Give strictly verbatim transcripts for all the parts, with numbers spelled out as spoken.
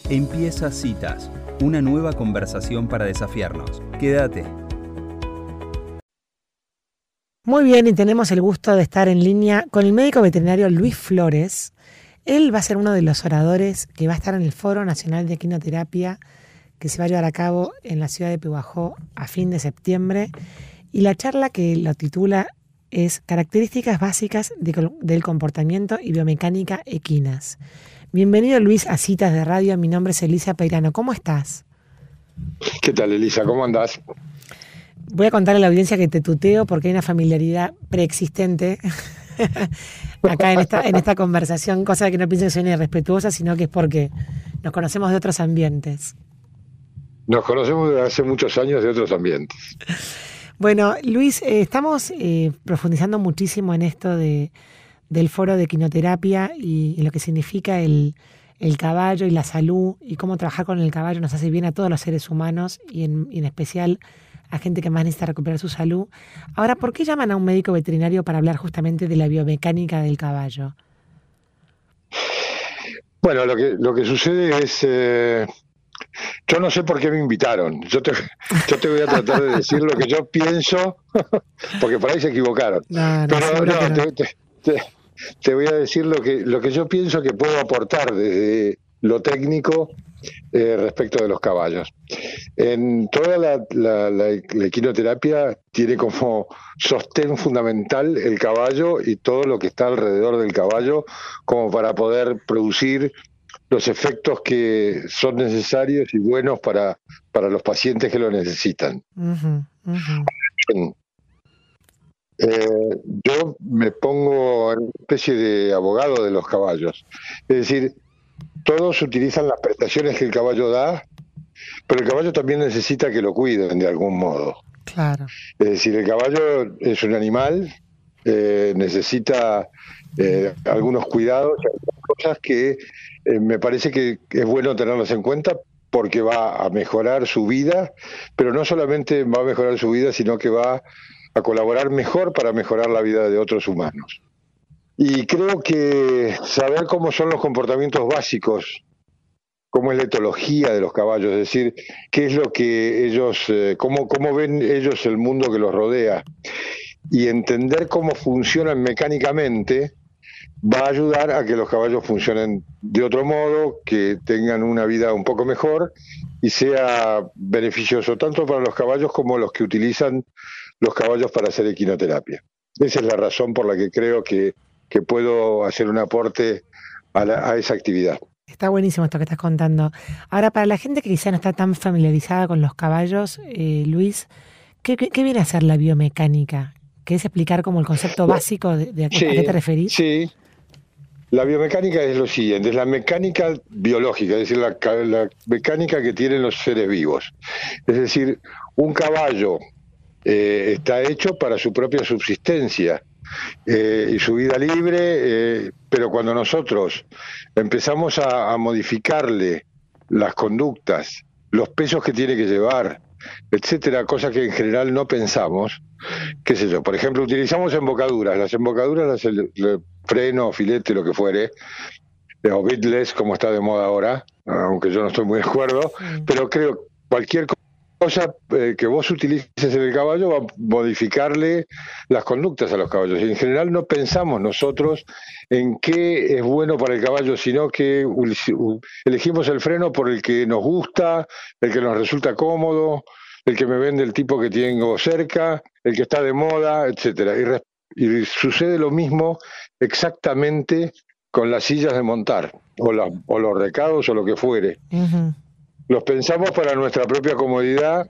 Empieza Citas, una nueva conversación para desafiarnos. Quédate. Muy bien, y tenemos el gusto de estar en línea con el médico veterinario Luis Flores. Él va a ser uno de los oradores que va a estar en el Foro Nacional de Equinoterapia que se va a llevar a cabo en la ciudad de Pehuajó a fin de septiembre. Y la charla que lo titula es Características básicas de, del comportamiento y biomecánica equinas. Bienvenido, Luis, a Citas de Radio. Mi nombre es Elisa Peirano. ¿Cómo estás? ¿Qué tal, Elisa? ¿Cómo andás? Voy a contarle a la audiencia que te tuteo porque hay una familiaridad preexistente acá en esta, en esta conversación, cosa que no piensen que soy irrespetuosa, sino que es porque nos conocemos de otros ambientes. Nos conocemos desde hace muchos años de otros ambientes. Bueno, Luis, eh, estamos eh, profundizando muchísimo en esto de, del foro de equinoterapia y, y lo que significa el, el caballo y la salud y cómo trabajar con el caballo nos hace bien a todos los seres humanos y en, y en especial a gente que más necesita recuperar su salud. Ahora, ¿por qué llaman a un médico veterinario para hablar justamente de la biomecánica del caballo? Bueno, lo que, lo que sucede es... Eh... Yo no sé por qué me invitaron. Yo te, yo te voy a tratar de decir lo que yo pienso, porque por ahí se equivocaron. No, no, Pero no, no. Te, te, te, te voy a decir lo que, lo que yo pienso que puedo aportar desde lo técnico eh, respecto de los caballos. En toda la, la, la, la equinoterapia tiene como sostén fundamental el caballo y todo lo que está alrededor del caballo como para poder producir los efectos que son necesarios y buenos para, para los pacientes que lo necesitan. Uh-huh, uh-huh. Eh, yo me pongo en una especie de abogado de los caballos. Es decir, todos utilizan las prestaciones que el caballo da, pero el caballo también necesita que lo cuiden de algún modo. Claro. Es decir, el caballo es un animal, eh, necesita eh, algunos cuidados, algunas cosas que Eh, me parece que es bueno tenerlas en cuenta porque va a mejorar su vida, pero no solamente va a mejorar su vida, sino que va a colaborar mejor para mejorar la vida de otros humanos. Y creo que saber cómo son los comportamientos básicos, cómo es la etología de los caballos, es decir, qué es lo que ellos, eh, cómo, cómo ven ellos el mundo que los rodea, y entender cómo funcionan mecánicamente, va a ayudar a que los caballos funcionen de otro modo, que tengan una vida un poco mejor y sea beneficioso tanto para los caballos como los que utilizan los caballos para hacer equinoterapia. Esa es la razón por la que creo que, que puedo hacer un aporte a, la, a esa actividad. Está buenísimo esto que estás contando. Ahora, para la gente que quizá no está tan familiarizada con los caballos, eh, Luis, ¿qué, qué, ¿qué viene a ser la biomecánica? ¿Querés explicar como el concepto básico de, de a, sí, a qué te referís? Sí. La biomecánica es lo siguiente, es la mecánica biológica, es decir, la, la mecánica que tienen los seres vivos. Es decir, un caballo eh, está hecho para su propia subsistencia eh, y su vida libre, eh, pero cuando nosotros empezamos a, a modificarle las conductas, los pesos que tiene que llevar, etcétera, cosas que en general no pensamos, qué sé yo, por ejemplo, utilizamos embocaduras, las embocaduras, las, el, el freno, filete, lo que fuere, o bitless, como está de moda ahora, aunque yo no estoy muy de acuerdo, mm. pero creo que cualquier cosa eh, que vos utilices en el caballo va a modificarle las conductas a los caballos, y en general no pensamos nosotros en qué es bueno para el caballo, sino que elegimos el freno por el que nos gusta, el que nos resulta cómodo, el que me vende el tipo que tengo cerca, el que está de moda, etcétera. Y, y sucede lo mismo exactamente con las sillas de montar, o, la, o los recados, o lo que fuere. Uh-huh. Los pensamos para nuestra propia comodidad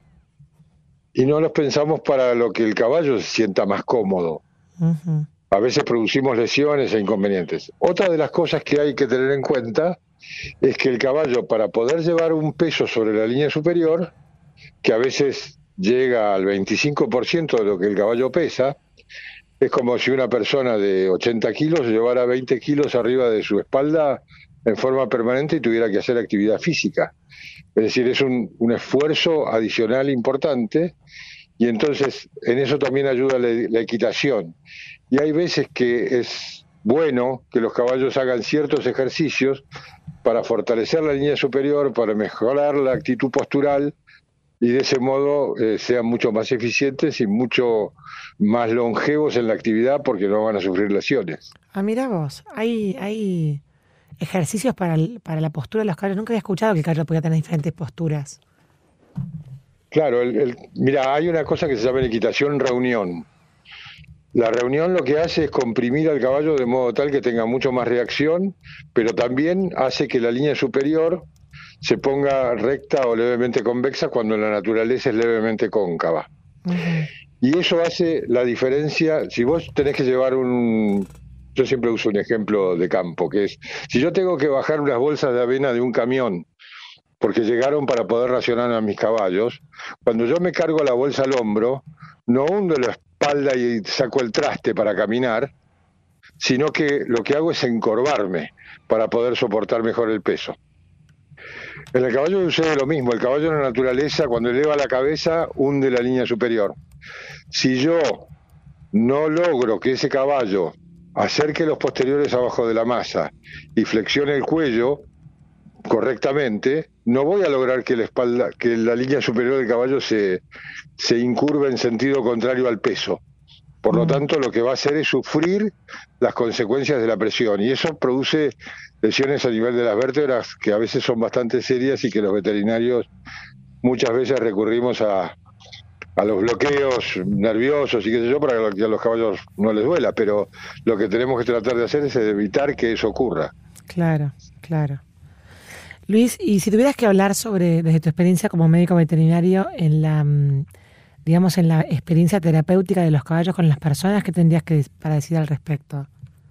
y no los pensamos para lo que el caballo se sienta más cómodo. Uh-huh. A veces producimos lesiones e inconvenientes. Otra de las cosas que hay que tener en cuenta es que el caballo, para poder llevar un peso sobre la línea superior, que a veces llega al veinticinco por ciento de lo que el caballo pesa, es como si una persona de ochenta kilos llevara veinte kilos arriba de su espalda en forma permanente y tuviera que hacer actividad física. Es decir, es un, un esfuerzo adicional importante, y entonces en eso también ayuda la, la equitación. Y hay veces que es bueno que los caballos hagan ciertos ejercicios para fortalecer la línea superior, para mejorar la actitud postural y de ese modo eh, sean mucho más eficientes y mucho más longevos en la actividad porque no van a sufrir lesiones. Ah, mira vos, hay, hay ejercicios para, el, para la postura de los caballos. Nunca había escuchado que el caballo podía tener diferentes posturas. Claro, el, el, mira, hay una cosa que se llama en equitación reunión. La reunión lo que hace es comprimir al caballo de modo tal que tenga mucho más reacción, pero también hace que la línea superior se ponga recta o levemente convexa cuando en la naturaleza es levemente cóncava. Uh-huh. Y eso hace la diferencia. Si vos tenés que llevar un... Yo siempre uso un ejemplo de campo, que es, si yo tengo que bajar unas bolsas de avena de un camión porque llegaron para poder racionar a mis caballos, cuando yo me cargo la bolsa al hombro, no hundo la espalda y saco el traste para caminar, sino que lo que hago es encorvarme para poder soportar mejor el peso. En el caballo sucede lo mismo. El caballo en la naturaleza, cuando eleva la cabeza, hunde la línea superior. Si yo no logro que ese caballo acerque los posteriores abajo de la masa y flexione el cuello correctamente, no voy a lograr que la espalda, que la línea superior del caballo se, se incurve en sentido contrario al peso. Por lo tanto, lo que va a hacer es sufrir las consecuencias de la presión, y eso produce lesiones a nivel de las vértebras que a veces son bastante serias y que los veterinarios muchas veces recurrimos a, a los bloqueos nerviosos y qué sé yo, para que a los caballos no les duela, pero lo que tenemos que tratar de hacer es evitar que eso ocurra. Claro, claro. Luis, y si tuvieras que hablar sobre, desde tu experiencia como médico veterinario, en la, digamos, en la experiencia terapéutica de los caballos con las personas, ¿qué tendrías que para decir al respecto?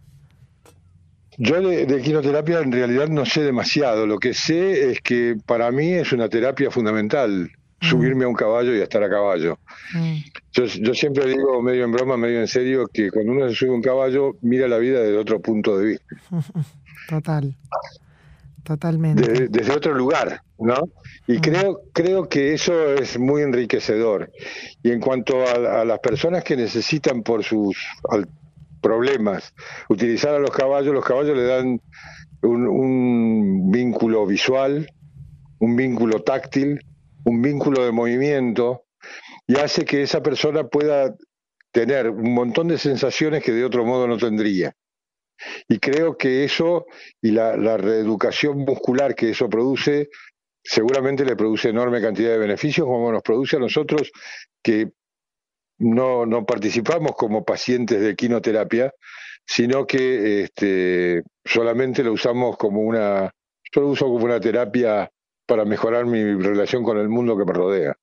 Yo de, de equinoterapia en realidad no sé demasiado. Lo que sé es que para mí es una terapia fundamental, mm. subirme a un caballo y estar a caballo. Mm. Yo, yo siempre digo, medio en broma, medio en serio, que cuando uno se sube a un caballo, mira la vida desde otro punto de vista. Total. Totalmente. Desde, desde otro lugar, ¿no? Y uh-huh. creo creo que eso es muy enriquecedor. Y en cuanto a, a las personas que necesitan por sus al, problemas utilizar a los caballos, los caballos le dan un, un vínculo visual, un vínculo táctil, un vínculo de movimiento, y hace que esa persona pueda tener un montón de sensaciones que de otro modo no tendría. Y creo que eso y la, la reeducación muscular que eso produce, seguramente le produce enorme cantidad de beneficios, como nos produce a nosotros que no, no participamos como pacientes de equinoterapia, sino que este, solamente lo usamos como una, yo lo uso como una terapia para mejorar mi relación con el mundo que me rodea.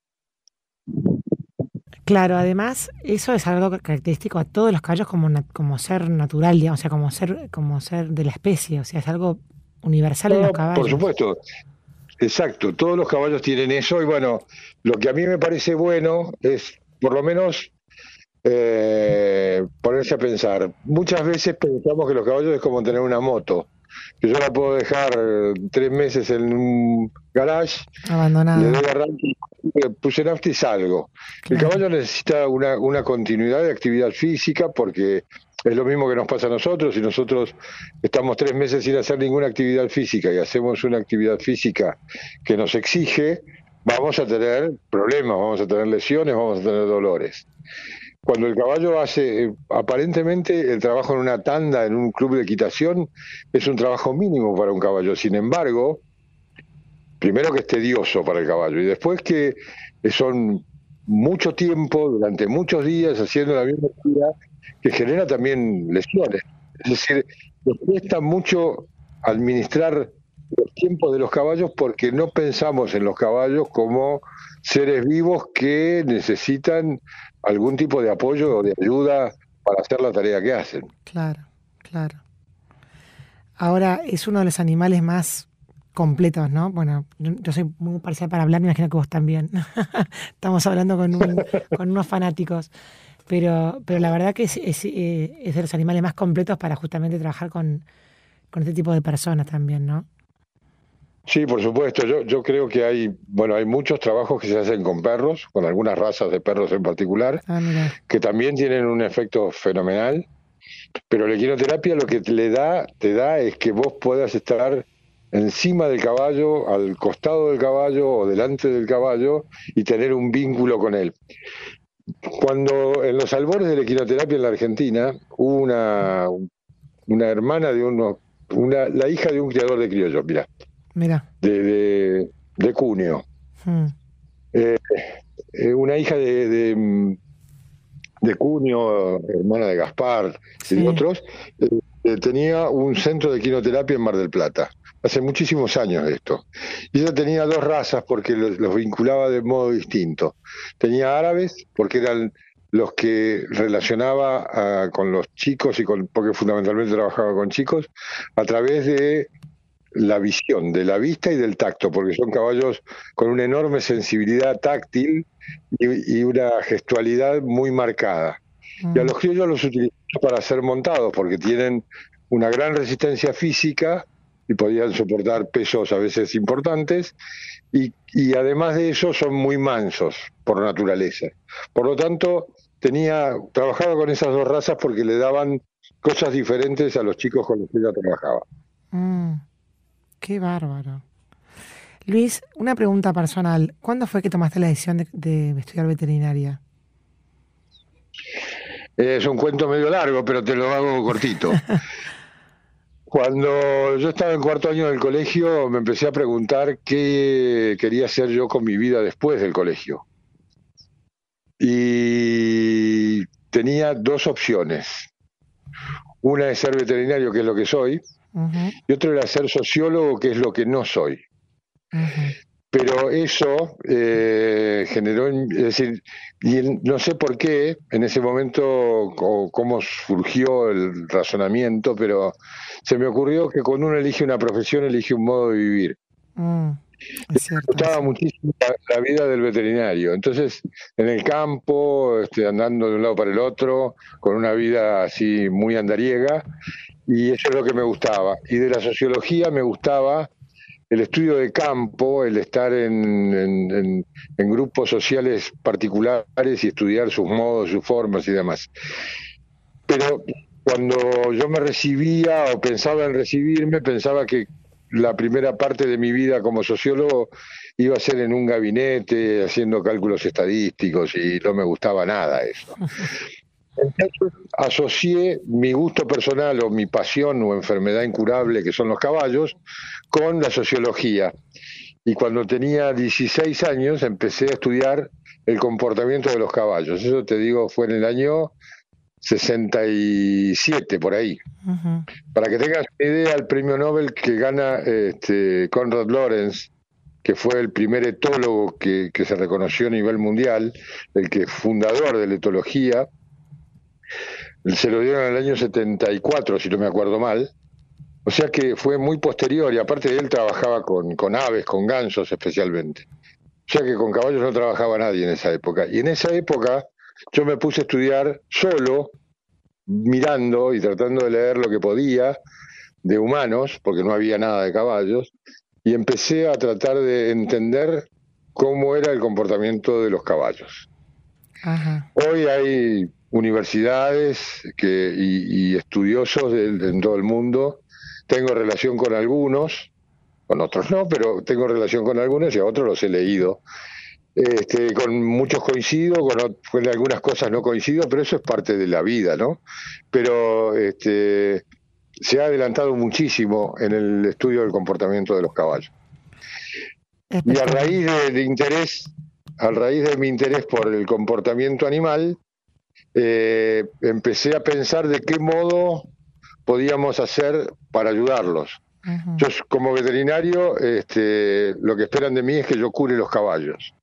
Claro, además, eso es algo característico a todos los caballos como, na- como ser natural, digamos, o sea, como ser, como ser de la especie, o sea, es algo universal no, en los caballos. Por supuesto, exacto, todos los caballos tienen eso, y bueno, lo que a mí me parece bueno es, por lo menos, eh, ponerse a pensar. Muchas veces pensamos que los caballos es como tener una moto, que yo la puedo dejar tres meses en un garage, abandonada, le doy arranque, puse nafta y salgo. Claro. El caballo necesita una, una continuidad de actividad física, porque es lo mismo que nos pasa a nosotros. Si nosotros estamos tres meses sin hacer ninguna actividad física y hacemos una actividad física que nos exige, vamos a tener problemas, vamos a tener lesiones, vamos a tener dolores. Cuando el caballo hace, aparentemente, el trabajo en una tanda, en un club de equitación, es un trabajo mínimo para un caballo. Sin embargo, primero que es tedioso para el caballo, y después que son mucho tiempo, durante muchos días, haciendo la misma actividad, que genera también lesiones. Es decir, nos cuesta mucho administrar los tiempos de los caballos porque no pensamos en los caballos como seres vivos que necesitan algún tipo de apoyo o de ayuda para hacer la tarea que hacen. Claro, claro. Ahora, es uno de los animales más completos, ¿no? Bueno, yo, yo soy muy parcial para hablar, me imagino que vos también. Estamos hablando con, un, con unos fanáticos. Pero, pero la verdad que es, es, es de los animales más completos para justamente trabajar con, con este tipo de personas también, ¿no? Sí, por supuesto. Yo, yo creo que hay, bueno, hay muchos trabajos que se hacen con perros, con algunas razas de perros en particular, ah, mira. que también tienen un efecto fenomenal. Pero la equinoterapia lo que le da, te da es que vos puedas estar encima del caballo, al costado del caballo o delante del caballo y tener un vínculo con él. Cuando en los albores de la equinoterapia en la Argentina, hubo una, una hermana de uno, una, la hija de un criador de criollos, mirá, Mira. de, de, de Cuneo. Hmm. Eh, eh, una hija de, de, de Cuneo, hermana de Gaspar y de Sí. otros, eh, eh, tenía un centro de equinoterapia en Mar del Plata. Hace muchísimos años de esto. Y ella tenía dos razas porque los, los vinculaba de modo distinto. Tenía árabes porque eran los que relacionaba uh, con los chicos, y con, porque fundamentalmente trabajaba con chicos, a través de la visión, de la vista y del tacto, porque son caballos con una enorme sensibilidad táctil y, y una gestualidad muy marcada. Mm. Y a los criollos los utilizamos para ser montados, porque tienen una gran resistencia física y podían soportar pesos a veces importantes, y, y además de eso son muy mansos por naturaleza. Por lo tanto, tenía trabajaba con esas dos razas porque le daban cosas diferentes a los chicos con los que ella trabajaba. Mm, qué bárbaro. Luis, una pregunta personal. ¿Cuándo fue que tomaste la decisión de, de estudiar veterinaria? Es un cuento medio largo, pero te lo hago cortito. Cuando yo estaba en cuarto año del colegio, me empecé a preguntar qué quería hacer yo con mi vida después del colegio. Y tenía dos opciones. Una es ser veterinario, que es lo que soy, uh-huh. y otra era ser sociólogo, que es lo que no soy. Uh-huh. Pero eso eh, generó, es decir, y no sé por qué, en ese momento, o cómo surgió el razonamiento, pero se me ocurrió que cuando uno elige una profesión, elige un modo de vivir. Mm, es cierto, me gustaba muchísimo la, la vida del veterinario. Entonces, en el campo, este, andando de un lado para el otro, con una vida así muy andariega, y eso es lo que me gustaba. Y de la sociología me gustaba el estudio de campo, el estar en, en, en, en grupos sociales particulares y estudiar sus modos, sus formas y demás. Pero cuando yo me recibía o pensaba en recibirme, pensaba que la primera parte de mi vida como sociólogo iba a ser en un gabinete haciendo cálculos estadísticos, y no me gustaba nada eso. Entonces asocié mi gusto personal o mi pasión o enfermedad incurable, que son los caballos, con la sociología. Y cuando tenía dieciséis años empecé a estudiar el comportamiento de los caballos. Eso, te digo, fue en el año sesenta y siete, por ahí. Uh-huh. Para que tengas una idea, el premio Nobel que gana este, Konrad Lorenz, que fue el primer etólogo que, que se reconoció a nivel mundial, el que fundador de la etología, se lo dieron en el año setenta y cuatro, si no me acuerdo mal. O sea que fue muy posterior, y aparte de él trabajaba con, con aves, con gansos especialmente. O sea que con caballos no trabajaba nadie en esa época. Y en esa época yo me puse a estudiar solo, mirando y tratando de leer lo que podía de humanos, porque no había nada de caballos, y empecé a tratar de entender cómo era el comportamiento de los caballos. Ajá. Hoy hay universidades que, y, y estudiosos de, de, en todo el mundo. Tengo relación con algunos, con otros no, pero tengo relación con algunos y a otros los he leído. Este, con muchos coincido, con, con algunas cosas no coincido, pero eso es parte de la vida, ¿no? Pero este, se ha adelantado muchísimo en el estudio del comportamiento de los caballos. Y a raíz de, de interés, a raíz de mi interés por el comportamiento animal, eh, empecé a pensar de qué modo podíamos hacer para ayudarlos. Uh-huh. Yo, como veterinario, este, lo que esperan de mí es que yo cure los caballos.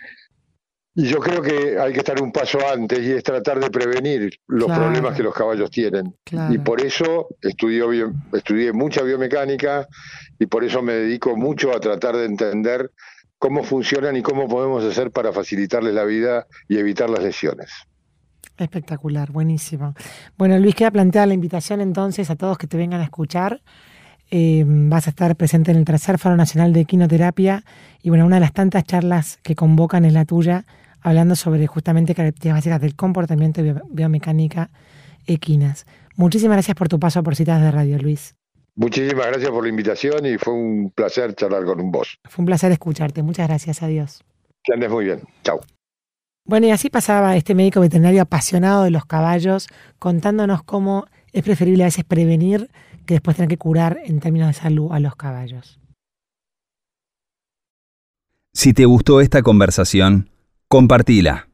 Y yo creo que hay que estar un paso antes, y es tratar de prevenir los claro. problemas que los caballos tienen. Claro. Y por eso estudié, bio, estudié mucha biomecánica, y por eso me dedico mucho a tratar de entender cómo funcionan y cómo podemos hacer para facilitarles la vida y evitar las lesiones. Espectacular, buenísimo. Bueno, Luis, queda planteada la invitación entonces a todos que te vengan a escuchar. Eh, vas a estar presente en el tercer Foro Nacional de Equinoterapia, y bueno, una de las tantas charlas que convocan es la tuya, hablando sobre justamente características básicas del comportamiento y biomecánica equinas. Muchísimas gracias por tu paso por Citas de Radio, Luis. Muchísimas gracias por la invitación y fue un placer charlar con vos. Fue un placer escucharte. Muchas gracias. Adiós. Que andes muy bien. Chau. Bueno, y así pasaba este médico veterinario apasionado de los caballos, contándonos cómo es preferible a veces prevenir que después tener que curar en términos de salud a los caballos. Si te gustó esta conversación, compartila.